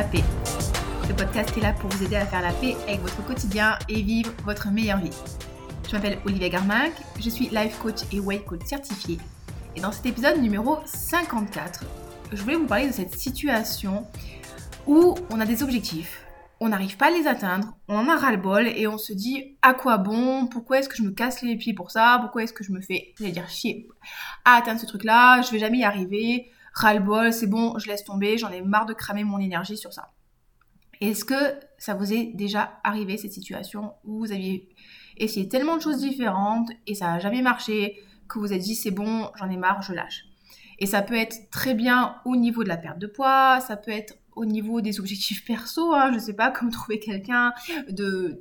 la paix. Ce podcast est là pour vous aider à faire la paix avec votre quotidien et vivre votre meilleure vie. Je m'appelle Olivia Garminck, je suis life coach et weight coach certifiée. Et dans cet épisode numéro 54, je voulais vous parler de cette situation où on a des objectifs, on n'arrive pas à les atteindre, on en a ras-le-bol et on se dit à quoi bon, pourquoi est-ce que je me casse les pieds pour ça, pourquoi est-ce que je me fais, chier à atteindre ce truc-là, je vais jamais y arriver, ras-le-bol, c'est bon, je laisse tomber, j'en ai marre de cramer mon énergie sur ça. Est-ce que ça vous est déjà arrivé, cette situation où vous aviez essayé tellement de choses différentes et ça n'a jamais marché, que vous vous êtes dit c'est bon, j'en ai marre, je lâche. Et ça peut être très bien au niveau de la perte de poids, ça peut être au niveau des objectifs perso, je sais pas, comme trouver quelqu'un de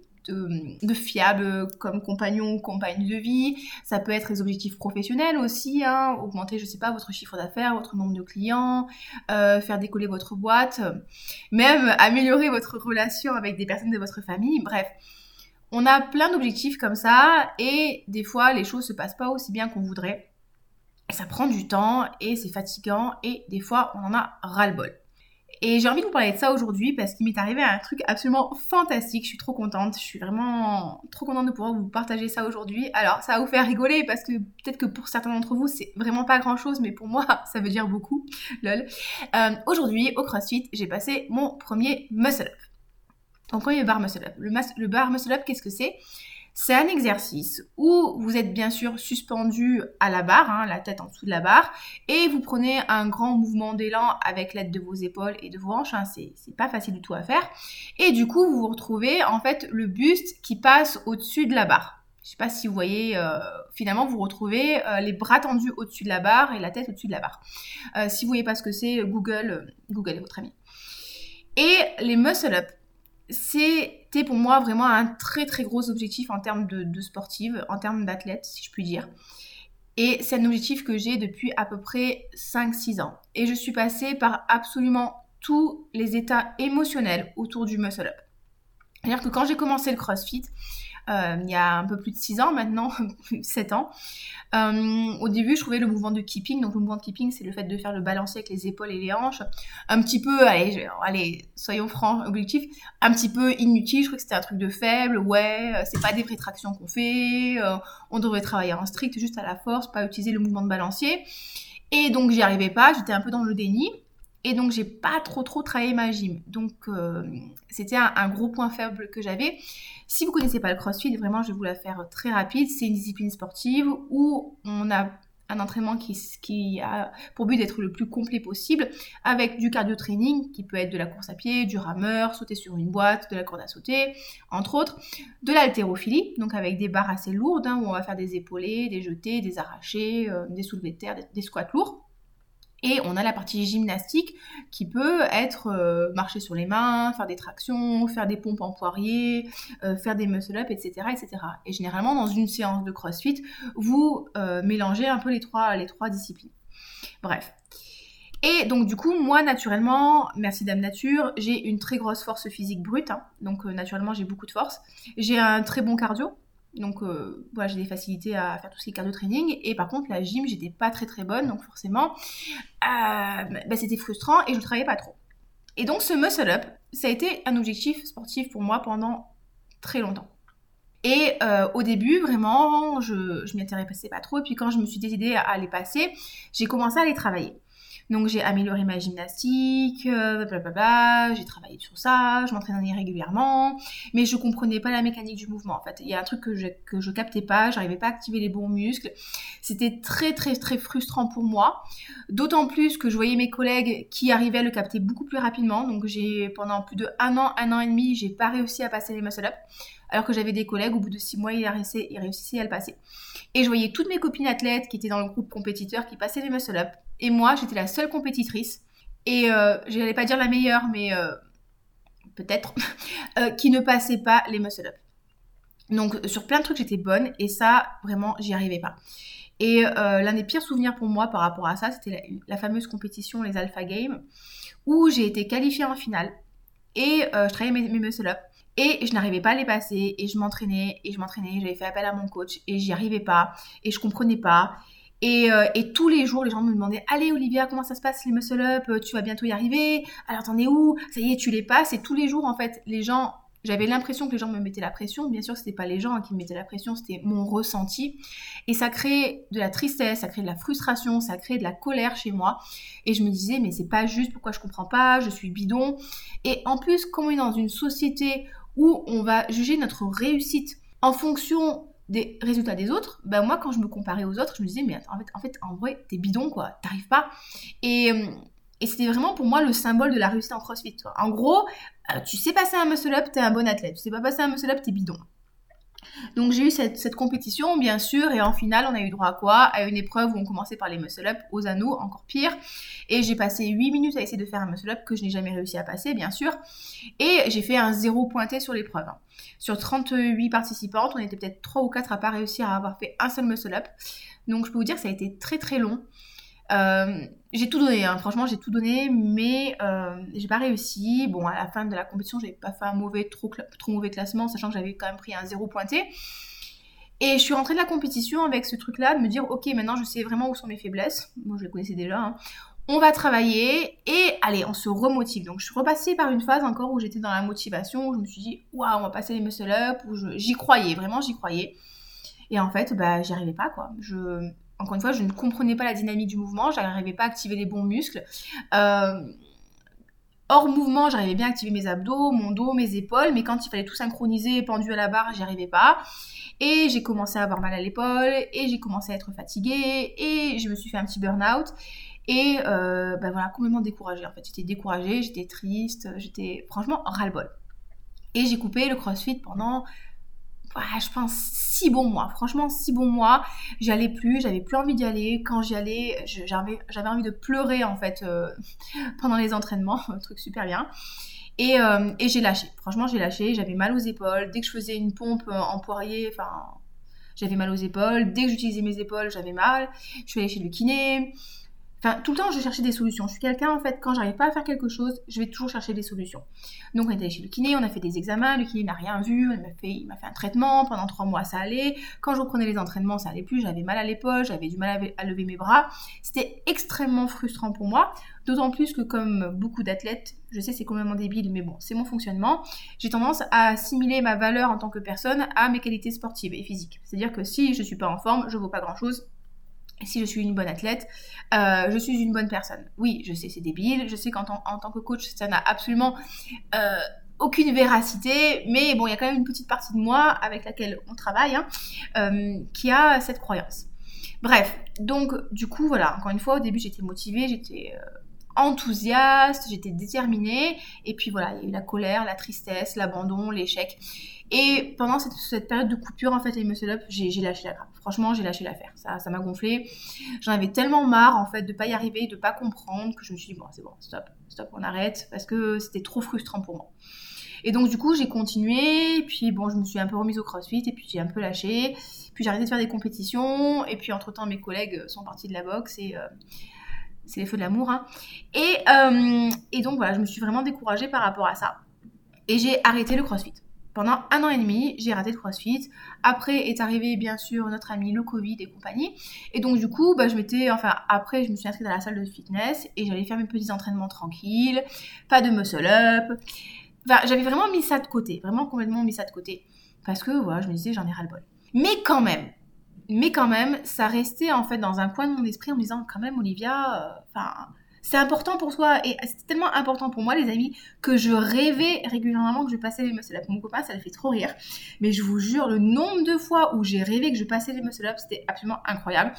fiable comme compagnon ou compagne de vie. Ça peut être les objectifs professionnels aussi, augmenter, je sais pas, votre chiffre d'affaires, votre nombre de clients, faire décoller votre boîte, même améliorer votre relation avec des personnes de votre famille, bref. On a plein d'objectifs comme ça et des fois les choses se passent pas aussi bien qu'on voudrait. Ça prend du temps et c'est fatigant et des fois on en a ras-le-bol. Et j'ai envie de vous parler de ça aujourd'hui parce qu'il m'est arrivé un truc absolument fantastique. Je suis trop contente. Je suis vraiment trop contente de pouvoir vous partager ça aujourd'hui. Alors, ça va vous faire rigoler parce que peut-être que pour certains d'entre vous, c'est vraiment pas grand-chose, mais pour moi, ça veut dire beaucoup. Lol. Aujourd'hui, au CrossFit, j'ai passé mon premier muscle-up. Mon premier bar muscle-up. Le bar muscle-up, qu'est-ce que c'est ? C'est un exercice où vous êtes bien sûr suspendu à la barre, la tête en dessous de la barre, et vous prenez un grand mouvement d'élan avec l'aide de vos épaules et de vos hanches, c'est pas facile du tout à faire. Et du coup, vous vous retrouvez en fait le buste qui passe au-dessus de la barre. Je sais pas si vous voyez, finalement vous retrouvez les bras tendus au-dessus de la barre et la tête au-dessus de la barre. Si vous voyez pas ce que c'est, Google est votre ami. Et les muscle-up, c'était pour moi vraiment un très très gros objectif en termes de sportive, en termes d'athlète si je puis dire. Et c'est un objectif que j'ai depuis à peu près 5-6 ans. Et je suis passée par absolument tous les états émotionnels autour du muscle-up. C'est-à-dire que quand j'ai commencé le CrossFit, il y a un peu plus de 6 ans maintenant, 7 ans, au début je trouvais le mouvement de keeping, donc le mouvement de keeping c'est le fait de faire le balancier avec les épaules et les hanches, un petit peu, allez soyons francs, objectif, un petit peu inutile, je trouvais que c'était un truc de faible, c'est pas des vraies tractions qu'on fait, on devrait travailler en strict juste à la force, pas utiliser le mouvement de balancier, et donc j'y arrivais pas, j'étais un peu dans le déni. Et donc, j'ai pas trop travaillé ma gym. Donc, c'était un gros point faible que j'avais. Si vous connaissez pas le CrossFit, vraiment, je vais vous la faire très rapide. C'est une discipline sportive où on a un entraînement qui a pour but d'être le plus complet possible, avec du cardio-training, qui peut être de la course à pied, du rameur, sauter sur une boîte, de la corde à sauter, entre autres, de l'haltérophilie, donc avec des barres assez lourdes, où on va faire des épaulés, des jetés, des arrachés, des soulevés de terre, des squats lourds. Et on a la partie gymnastique qui peut être marcher sur les mains, faire des tractions, faire des pompes en poirier, faire des muscle-up, etc., etc. Et généralement, dans une séance de CrossFit, vous mélangez un peu les trois disciplines. Bref. Et donc du coup, moi, naturellement, merci Dame Nature, j'ai une très grosse force physique brute. Donc naturellement, j'ai beaucoup de force. J'ai un très bon cardio. Donc j'ai des facilités à faire tout ce qui est cardio-training. Et par contre, la gym, j'étais pas très bonne. Donc forcément, c'était frustrant et je ne travaillais pas trop. Et donc ce muscle-up, ça a été un objectif sportif pour moi pendant très longtemps. Et au début, vraiment, je m'y intéressais pas trop. Et puis quand je me suis décidée à les passer, j'ai commencé à les travailler. Donc j'ai amélioré ma gymnastique, j'ai travaillé sur ça, je m'entraînais régulièrement, mais je comprenais pas la mécanique du mouvement. En fait, il y a un truc que je captais pas, j'arrivais pas à activer les bons muscles. C'était très frustrant pour moi, d'autant plus que je voyais mes collègues qui arrivaient à le capter beaucoup plus rapidement. Donc pendant plus de un an et demi, j'ai pas réussi à passer les muscle-up, alors que j'avais des collègues, au bout de 6 mois, ils réussissaient à le passer. Et je voyais toutes mes copines athlètes qui étaient dans le groupe compétiteur qui passaient les muscle-up. Et moi, j'étais la seule compétitrice. Et je n'allais pas dire la meilleure, mais peut-être, qui ne passait pas les muscle-up. Donc, sur plein de trucs, j'étais bonne. Et ça, vraiment, j'y arrivais pas. Et l'un des pires souvenirs pour moi par rapport à ça, c'était la fameuse compétition, les Alpha Games, où j'ai été qualifiée en finale. Et je travaillais mes muscle-up. Et je n'arrivais pas à les passer, et je m'entraînais, j'avais fait appel à mon coach, et j'y arrivais pas, et je comprenais pas. Et tous les jours, les gens me demandaient « Allez Olivia, comment ça se passe les muscle-up? Tu vas bientôt y arriver? Alors t'en es où? Ça y est, tu les passes ?» Et tous les jours, en fait, les gens... J'avais l'impression que les gens me mettaient la pression. Bien sûr, c'était pas les gens qui me mettaient la pression, c'était mon ressenti. Et ça crée de la tristesse, ça crée de la frustration, ça crée de la colère chez moi. Et je me disais, mais c'est pas juste, pourquoi je comprends pas, je suis bidon. Et en plus, comme on est dans une société où on va juger notre réussite en fonction des résultats des autres, ben moi, quand je me comparais aux autres, je me disais, mais attends, en vrai, t'es bidon, quoi, t'arrives pas. Et c'était vraiment pour moi le symbole de la réussite en CrossFit. Toi. En gros, tu sais passer un muscle-up, t'es un bon athlète. Tu sais pas passer un muscle-up, t'es bidon. Donc j'ai eu cette compétition, bien sûr, et en finale, on a eu droit à quoi? À une épreuve où on commençait par les muscle-up aux anneaux, encore pire. Et j'ai passé 8 minutes à essayer de faire un muscle-up que je n'ai jamais réussi à passer, bien sûr. Et j'ai fait un 0 pointé sur l'épreuve. Sur 38 participantes, on était peut-être 3 ou 4 à pas réussir à avoir fait un seul muscle-up. Donc je peux vous dire que ça a été très très long. J'ai tout donné, hein. Franchement j'ai tout donné, mais j'ai pas réussi. Bon, à la fin de la compétition, j'avais pas fait un trop mauvais classement, sachant que j'avais quand même pris un 0 pointé. Et je suis rentrée de la compétition avec ce truc-là, de me dire, ok, maintenant je sais vraiment où sont mes faiblesses. Moi je les connaissais déjà, hein. On va travailler et allez, on se remotive. Donc je suis repassée par une phase encore où j'étais dans la motivation, où je me suis dit, waouh, on va passer les muscle-up, où j'y croyais, vraiment j'y croyais. Et en fait, bah j'y arrivais pas, quoi. Encore une fois, je ne comprenais pas la dynamique du mouvement, je n'arrivais pas à activer les bons muscles. Hors mouvement, j'arrivais bien à activer mes abdos, mon dos, mes épaules, mais quand il fallait tout synchroniser, pendu à la barre, j'y arrivais pas. Et j'ai commencé à avoir mal à l'épaule, et j'ai commencé à être fatiguée, et je me suis fait un petit burn-out. Et voilà, complètement découragée en fait. J'étais découragée, j'étais triste, j'étais franchement ras-le-bol. Et j'ai coupé le CrossFit pendant... je pense 6 bons mois, franchement 6 bons mois, j'allais plus, j'avais plus envie d'y aller, quand j'y allais, j'avais envie de pleurer en fait pendant les entraînements, un truc super bien, et j'ai lâché, franchement j'ai lâché, j'avais mal aux épaules, dès que je faisais une pompe en poirier, j'avais mal aux épaules, dès que j'utilisais mes épaules j'avais mal, je suis allée chez le kiné. Enfin, tout le temps, je cherchais des solutions. Je suis quelqu'un, en fait, quand j'arrive pas à faire quelque chose, je vais toujours chercher des solutions. Donc, on est allé chez le kiné, on a fait des examens, le kiné n'a rien vu, il m'a fait un traitement, pendant 3 mois, ça allait. Quand je reprenais les entraînements, ça allait plus, j'avais mal à l'épaule, j'avais du mal à lever mes bras. C'était extrêmement frustrant pour moi, d'autant plus que comme beaucoup d'athlètes, je sais c'est complètement débile, mais bon, c'est mon fonctionnement, j'ai tendance à assimiler ma valeur en tant que personne à mes qualités sportives et physiques. C'est-à-dire que si je suis pas en forme, je vaux pas grand-chose. Si je suis une bonne athlète, je suis une bonne personne. Oui, je sais, c'est débile. Je sais qu'en tant que coach, ça n'a absolument aucune véracité. Mais bon, il y a quand même une petite partie de moi avec laquelle on travaille, qui a cette croyance. Bref, donc du coup, voilà. Encore une fois, au début, j'étais motivée, j'étais enthousiaste, j'étais déterminée. Et puis voilà, il y a eu la colère, la tristesse, l'abandon, l'échec. Et pendant cette période de coupure, en fait, les muscle-up, j'ai lâché la grappe. Franchement, j'ai lâché l'affaire. Ça m'a gonflé. J'en avais tellement marre, en fait, de pas y arriver, de pas comprendre, que je me suis dit, bon, c'est bon, stop, on arrête, parce que c'était trop frustrant pour moi. Et donc, du coup, j'ai continué, puis bon, je me suis un peu remise au CrossFit, et puis j'ai un peu lâché. Puis j'ai arrêté de faire des compétitions, et puis entre-temps, mes collègues sont partis de la boxe, et... c'est les feux de l'amour, hein. Et donc, voilà, je me suis vraiment découragée par rapport à ça. Et j'ai arrêté le CrossFit. Pendant 1 an et demi, j'ai raté le CrossFit. Après est arrivé, bien sûr, notre ami le Covid et compagnie. Et donc, du coup, après, je me suis inscrite à la salle de fitness et j'allais faire mes petits entraînements tranquilles, pas de muscle-up. Enfin, j'avais vraiment mis ça de côté, vraiment complètement mis ça de côté. Parce que, voilà, je me disais, j'en ai ras-le-bol. Mais quand même, ça restait, en fait, dans un coin de mon esprit en me disant, quand même, Olivia, c'est important pour toi, et c'était tellement important pour moi, les amis, que je rêvais régulièrement que je passais les muscle-up. Mon copain, ça le fait trop rire, mais je vous jure, le nombre de fois où j'ai rêvé que je passais les muscle-up, c'était absolument incroyable.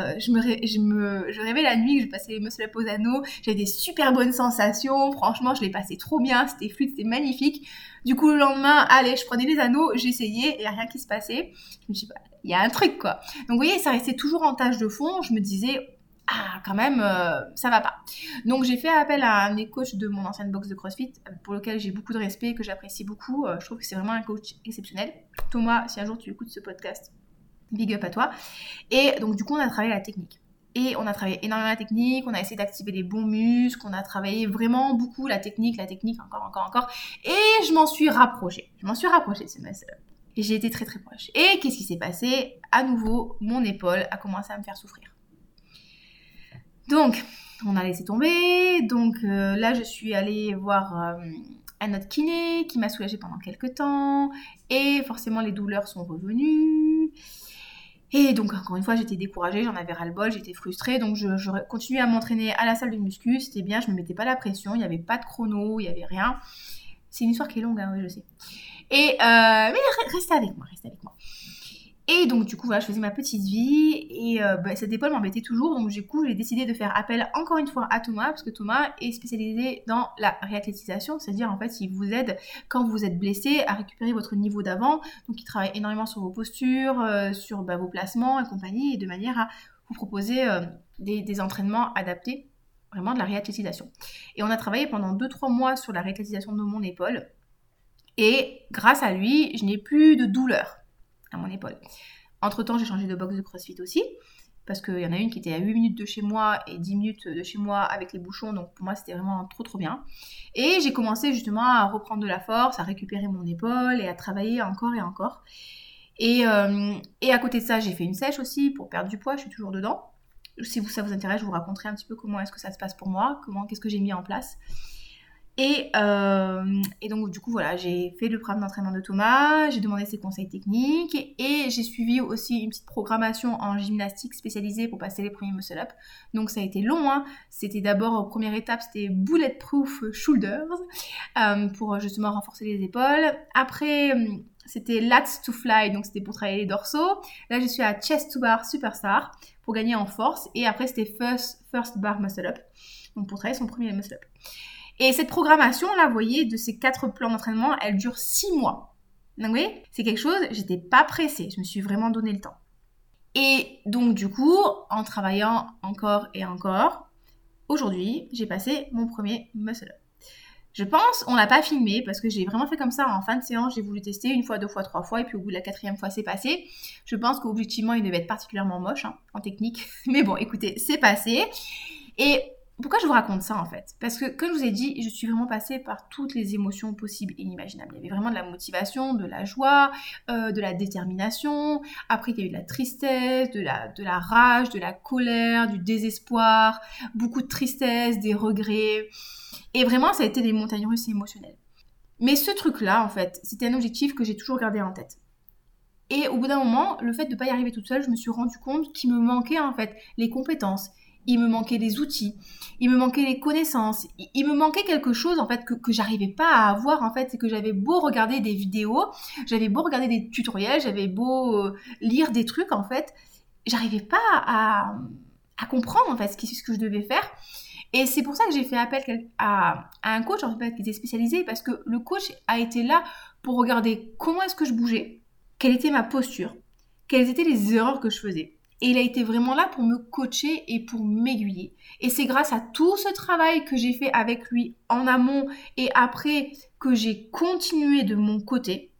Je rêvais la nuit que je passais les muscle-up aux anneaux, j'avais des super bonnes sensations, franchement, je les passais trop bien, c'était fluide, c'était magnifique. Du coup, le lendemain, allez, je prenais les anneaux, j'essayais, et il n'y a rien qui se passait. Je me suis dit, il y a un truc, quoi. Donc, vous voyez, ça restait toujours en tâche de fond, je me disais... quand même, ça va pas. Donc, j'ai fait appel à un des coachs de mon ancienne box de CrossFit, pour lequel j'ai beaucoup de respect, que j'apprécie beaucoup. Je trouve que c'est vraiment un coach exceptionnel. Thomas, si un jour tu écoutes ce podcast, big up à toi. Et donc, du coup, on a travaillé la technique. Et on a travaillé énormément la technique, on a essayé d'activer les bons muscles, on a travaillé vraiment beaucoup la technique, encore. Et je m'en suis rapprochée. De ce muscle-up. Et j'ai été très très proche. Et qu'est-ce qui s'est passé? À nouveau, mon épaule a commencé à me faire souffrir. Donc, on a laissé tomber. Donc là, je suis allée voir un autre kiné qui m'a soulagée pendant quelques temps. Et forcément, les douleurs sont revenues. Et donc, encore une fois, j'étais découragée, j'en avais ras-le-bol, j'étais frustrée. Donc, je continuais à m'entraîner à la salle de muscu. C'était bien, je ne me mettais pas la pression. Il n'y avait pas de chrono, il n'y avait rien. C'est une histoire qui est longue, hein, oui, je sais. Et mais restez avec moi. Et donc, du coup, voilà, je faisais ma petite vie et cette épaule m'embêtait toujours. Donc, du coup, j'ai décidé de faire appel encore une fois à Thomas parce que Thomas est spécialisé dans la réathlétisation. C'est-à-dire, en fait, il vous aide quand vous êtes blessé à récupérer votre niveau d'avant. Donc, il travaille énormément sur vos postures, sur vos placements et compagnie et de manière à vous proposer des entraînements adaptés, vraiment de la réathlétisation. Et on a travaillé pendant 2-3 mois sur la réathlétisation de mon épaule. Et grâce à lui, je n'ai plus de douleur à mon épaule. Entre-temps, j'ai changé de box de CrossFit aussi, parce qu'il y en a une qui était à 8 minutes de chez moi et 10 minutes de chez moi avec les bouchons, donc pour moi, c'était vraiment trop bien. Et j'ai commencé justement à reprendre de la force, à récupérer mon épaule et à travailler encore et encore. Et à côté de ça, j'ai fait une sèche aussi pour perdre du poids, je suis toujours dedans. Si ça vous intéresse, je vous raconterai un petit peu comment est-ce que ça se passe pour moi, qu'est-ce que j'ai mis en place. Et donc, du coup, voilà, j'ai fait le programme d'entraînement de Thomas, j'ai demandé ses conseils techniques et j'ai suivi aussi une petite programmation en gymnastique spécialisée pour passer les premiers muscle-up. Donc, ça a été long, hein. C'était d'abord, première étape, c'était Bulletproof Shoulders pour justement renforcer les épaules. Après, c'était Lats to Fly, donc c'était pour travailler les dorsaux. Là, je suis à Chest to Bar Superstar pour gagner en force. Et après, c'était First Bar Muscle-up, donc pour travailler son premier muscle-up. Et cette programmation-là, vous voyez, de ces 4 plans d'entraînement, elle dure 6 mois. Donc, vous voyez, c'est quelque chose, j'étais pas pressée. Je me suis vraiment donné le temps. Et donc, du coup, en travaillant encore et encore, aujourd'hui, j'ai passé mon premier muscle-up. Je pense, on l'a pas filmé parce que j'ai vraiment fait comme ça en fin de séance. J'ai voulu tester 1 fois, 2 fois, 3 fois et puis au bout de la 4e fois, c'est passé. Je pense qu'objectivement, il devait être particulièrement moche en technique. Mais bon, écoutez, c'est passé. Et pourquoi je vous raconte ça en fait? Parce que comme je vous ai dit, je suis vraiment passée par toutes les émotions possibles et inimaginables. Il y avait vraiment de la motivation, de la joie, de la détermination. Après, il y a eu de la tristesse, de la rage, de la colère, du désespoir, beaucoup de tristesse, des regrets. Et vraiment, ça a été des montagnes russes émotionnelles. Mais ce truc-là, en fait, c'était un objectif que j'ai toujours gardé en tête. Et au bout d'un moment, le fait de ne pas y arriver toute seule, je me suis rendu compte qu'il me manquait en fait les compétences. Il me manquait les outils, il me manquait les connaissances, il me manquait quelque chose en fait que j'arrivais pas à avoir en fait, c'est que j'avais beau regarder des vidéos, j'avais beau regarder des tutoriels, j'avais beau lire des trucs en fait, j'arrivais pas à comprendre en fait ce que je devais faire. Et c'est pour ça que j'ai fait appel à un coach en fait qui était spécialisé parce que le coach a été là pour regarder comment est-ce que je bougeais, quelle était ma posture, quelles étaient les erreurs que je faisais. Et il a été vraiment là pour me coacher et pour m'aiguiller. Et c'est grâce à tout ce travail que j'ai fait avec lui en amont et après que j'ai continué de mon côté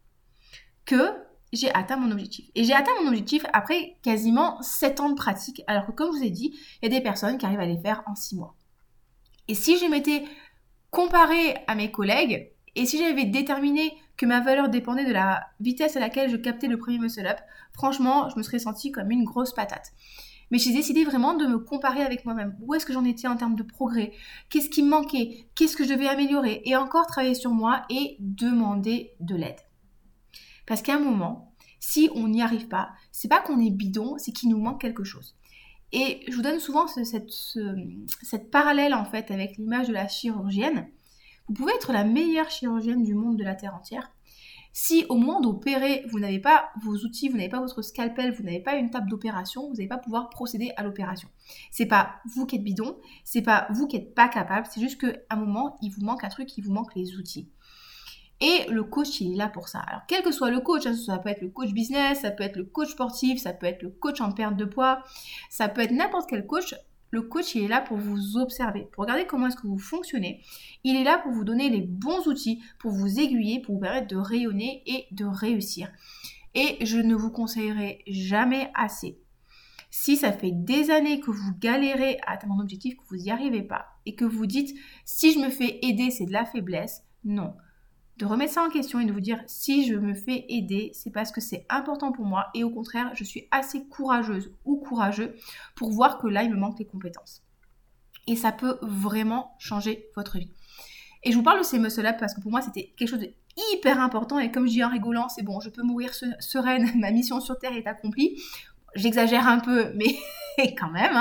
que j'ai atteint mon objectif. Et j'ai atteint mon objectif après quasiment 7 ans de pratique. Alors que comme je vous ai dit, il y a des personnes qui arrivent à les faire en 6 mois. Et si je m'étais comparée à mes collègues et si j'avais déterminé que ma valeur dépendait de la vitesse à laquelle je captais le premier muscle-up, franchement, je me serais sentie comme une grosse patate. Mais j'ai décidé vraiment de me comparer avec moi-même. Où est-ce que j'en étais en termes de progrès? Qu'est-ce qui me manquait? Qu'est-ce que je devais améliorer? Et encore travailler sur moi et demander de l'aide. Parce qu'à un moment, si on n'y arrive pas, c'est pas qu'on est bidon, c'est qu'il nous manque quelque chose. Et je vous donne souvent cette parallèle en fait avec l'image de la chirurgienne. Vous pouvez être la meilleure chirurgienne du monde de la Terre entière. Si au moment d'opérer, vous n'avez pas vos outils, vous n'avez pas votre scalpel, vous n'avez pas une table d'opération, vous n'allez pas pouvoir procéder à l'opération. C'est pas vous qui êtes bidon, c'est pas vous qui n'êtes pas capable, c'est juste qu'à un moment, il vous manque un truc, il vous manque les outils. Et le coach, il est là pour ça. Alors, quel que soit le coach, ça peut être le coach business, ça peut être le coach sportif, ça peut être le coach en perte de poids, ça peut être n'importe quel coach. Le coach, il est là pour vous observer, pour regarder comment est-ce que vous fonctionnez. Il est là pour vous donner les bons outils, pour vous aiguiller, pour vous permettre de rayonner et de réussir. Et je ne vous conseillerai jamais assez. Si ça fait des années que vous galérez à atteindre un objectif, que vous n'y arrivez pas, et que vous dites « si je me fais aider, c'est de la faiblesse », non. De remettre ça en question et de vous dire si je me fais aider, c'est parce que c'est important pour moi et au contraire, je suis assez courageuse ou courageux pour voir que là, il me manque les compétences. Et ça peut vraiment changer votre vie. Et je vous parle de ces muscle-up parce que pour moi, c'était quelque chose de hyper important. Et comme je dis en rigolant, c'est bon, je peux mourir sereine, ma mission sur Terre est accomplie. J'exagère un peu, mais quand même.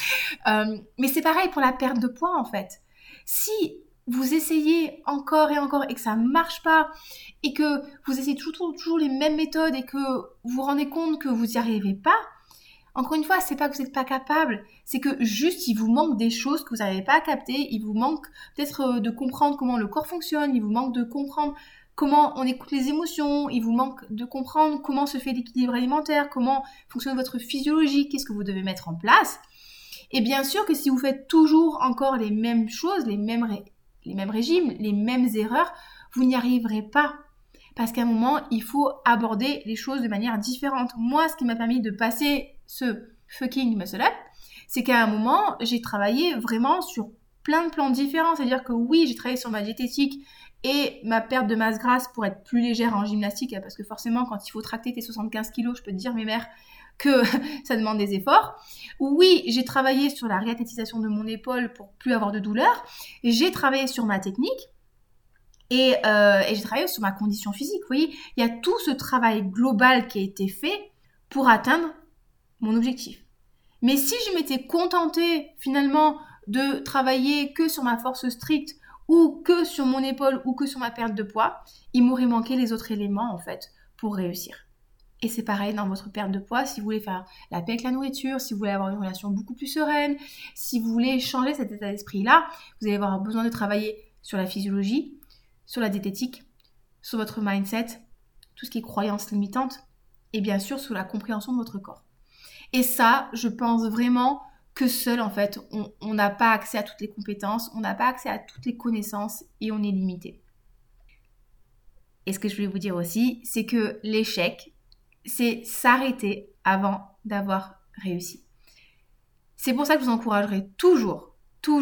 Mais c'est pareil pour la perte de poids, en fait. Si vous essayez encore et encore et que ça ne marche pas, et que vous essayez toujours les mêmes méthodes et que vous vous rendez compte que vous n'y arrivez pas, encore une fois, c'est pas que vous n'êtes pas capable, c'est que juste il vous manque des choses que vous n'arrivez pas à capter, il vous manque peut-être de comprendre comment le corps fonctionne, il vous manque de comprendre comment on écoute les émotions, il vous manque de comprendre comment se fait l'équilibre alimentaire, comment fonctionne votre physiologie, qu'est-ce que vous devez mettre en place. Et bien sûr que si vous faites toujours encore les mêmes choses, les mêmes régimes, les mêmes erreurs, vous n'y arriverez pas. Parce qu'à un moment, il faut aborder les choses de manière différente. Moi, ce qui m'a permis de passer ce fucking muscle up, c'est qu'à un moment, j'ai travaillé vraiment sur plein de plans différents. C'est-à-dire que oui, j'ai travaillé sur ma diététique et ma perte de masse grasse pour être plus légère en gymnastique. Parce que forcément, quand il faut tracter tes 75 kilos, je peux te dire, mes mères, que ça demande des efforts. Oui, j'ai travaillé sur la réathlétisation de mon épaule pour plus avoir de douleur. J'ai travaillé sur ma technique. Et j'ai travaillé sur ma condition physique. Vous voyez, il y a tout ce travail global qui a été fait pour atteindre mon objectif. Mais si je m'étais contentée finalement de travailler que sur ma force stricte ou que sur mon épaule ou que sur ma perte de poids, il m'aurait manqué les autres éléments en fait pour réussir. Et c'est pareil dans votre perte de poids, si vous voulez faire la paix avec la nourriture, si vous voulez avoir une relation beaucoup plus sereine, si vous voulez changer cet état d'esprit-là, vous allez avoir besoin de travailler sur la physiologie, sur la diététique, sur votre mindset, tout ce qui est croyances limitantes, et bien sûr sur la compréhension de votre corps. Et ça, je pense vraiment que seul, en fait, on n'a pas accès à toutes les compétences, on n'a pas accès à toutes les connaissances et on est limité. Et ce que je voulais vous dire aussi, c'est que l'échec, c'est s'arrêter avant d'avoir réussi. C'est pour ça que je vous encouragerai toujours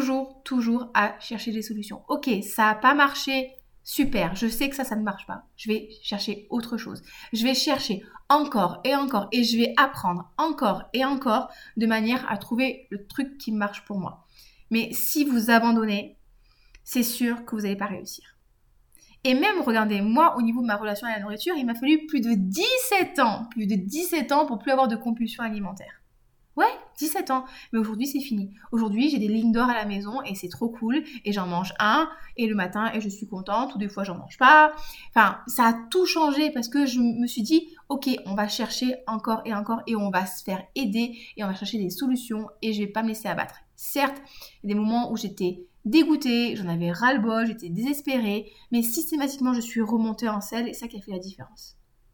à chercher des solutions. Ok, ça n'a pas marché, super, je sais que ça ne marche pas. Je vais chercher autre chose. Je vais chercher encore et encore et je vais apprendre encore et encore de manière à trouver le truc qui marche pour moi. Mais si vous abandonnez, c'est sûr que vous n'allez pas réussir. Et même, regardez, moi, au niveau de ma relation à la nourriture, il m'a fallu plus de 17 ans pour plus avoir de compulsion alimentaire. Ouais, 17 ans. Mais aujourd'hui, c'est fini. Aujourd'hui, j'ai des lignes d'or à la maison et c'est trop cool. Et j'en mange un et le matin et je suis contente. Ou des fois, j'en mange pas. Enfin, ça a tout changé parce que je me suis dit, ok, on va chercher encore et on va se faire aider et on va chercher des solutions et je vais pas me laisser abattre. Certes, il y a des moments où j'étais dégoûtée, j'en avais ras-le-bol, j'étais désespérée, mais systématiquement, je suis remontée en selle et c'est ça qui a fait la différence.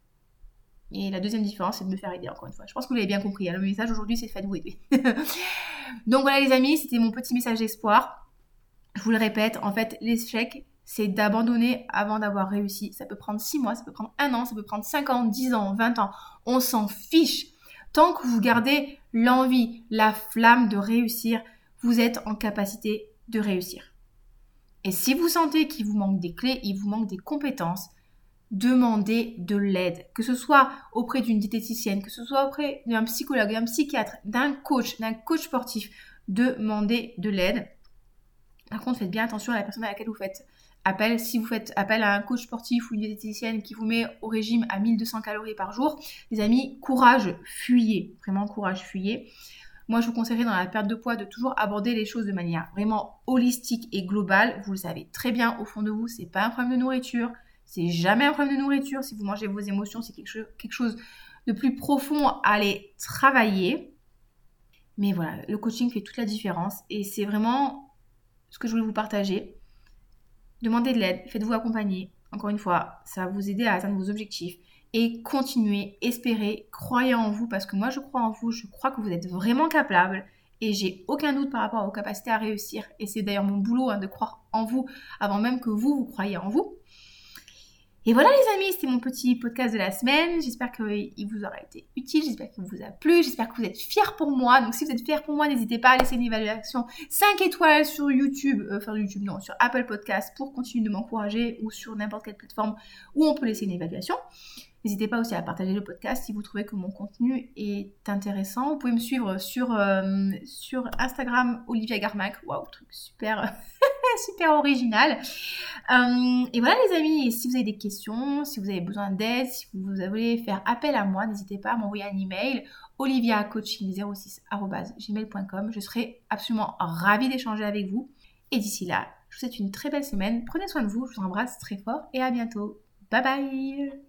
Et la deuxième différence, c'est de me faire aider, encore une fois. Je pense que vous l'avez bien compris. Le message aujourd'hui, c'est faites-vous aider. Donc voilà les amis, c'était mon petit message d'espoir. Je vous le répète, en fait, l'échec, c'est d'abandonner avant d'avoir réussi. Ça peut prendre 6 mois, ça peut prendre 1 an, ça peut prendre 5 ans, 10 ans, 20 ans. On s'en fiche. Tant que vous gardez l'envie, la flamme de réussir, vous êtes en capacité de réussir. Et si vous sentez qu'il vous manque des clés, il vous manque des compétences, demandez de l'aide, que ce soit auprès d'une diététicienne, que ce soit auprès d'un psychologue, d'un psychiatre, d'un coach sportif, demandez de l'aide. Par contre, faites bien attention à la personne à laquelle vous faites appel. Si vous faites appel à un coach sportif ou une diététicienne qui vous met au régime à 1200 calories par jour, les amis, courage, fuyez. Vraiment, courage, fuyez. Moi, je vous conseillerais dans la perte de poids de toujours aborder les choses de manière vraiment holistique et globale. Vous le savez très bien, au fond de vous, c'est pas un problème de nourriture. C'est jamais un problème de nourriture. Si vous mangez vos émotions, c'est quelque chose de plus profond à aller travailler. Mais voilà, le coaching fait toute la différence et c'est vraiment ce que je voulais vous partager. Demandez de l'aide, faites-vous accompagner. Encore une fois, ça va vous aider à atteindre vos objectifs. Et continuez, espérez, croyez en vous parce que moi je crois en vous, je crois que vous êtes vraiment capable et j'ai aucun doute par rapport à vos capacités à réussir. Et c'est d'ailleurs mon boulot de croire en vous avant même que vous croyez en vous. Et voilà les amis, c'était mon petit podcast de la semaine. J'espère qu'il vous aura été utile, j'espère qu'il vous a plu, j'espère que vous êtes fiers pour moi. Donc si vous êtes fiers pour moi, n'hésitez pas à laisser une évaluation 5 étoiles sur sur Apple Podcast pour continuer de m'encourager ou sur n'importe quelle plateforme où on peut laisser une évaluation. N'hésitez pas aussi à partager le podcast si vous trouvez que mon contenu est intéressant. Vous pouvez me suivre sur Instagram, Olivia Garmac. Waouh, truc super, super original. Et voilà les amis, et si vous avez des questions, si vous avez besoin d'aide, si vous voulez faire appel à moi, n'hésitez pas à m'envoyer un email oliviacoaching06@gmail.com. Je serai absolument ravie d'échanger avec vous. Et d'ici là, je vous souhaite une très belle semaine. Prenez soin de vous, je vous embrasse très fort et à bientôt. Bye bye.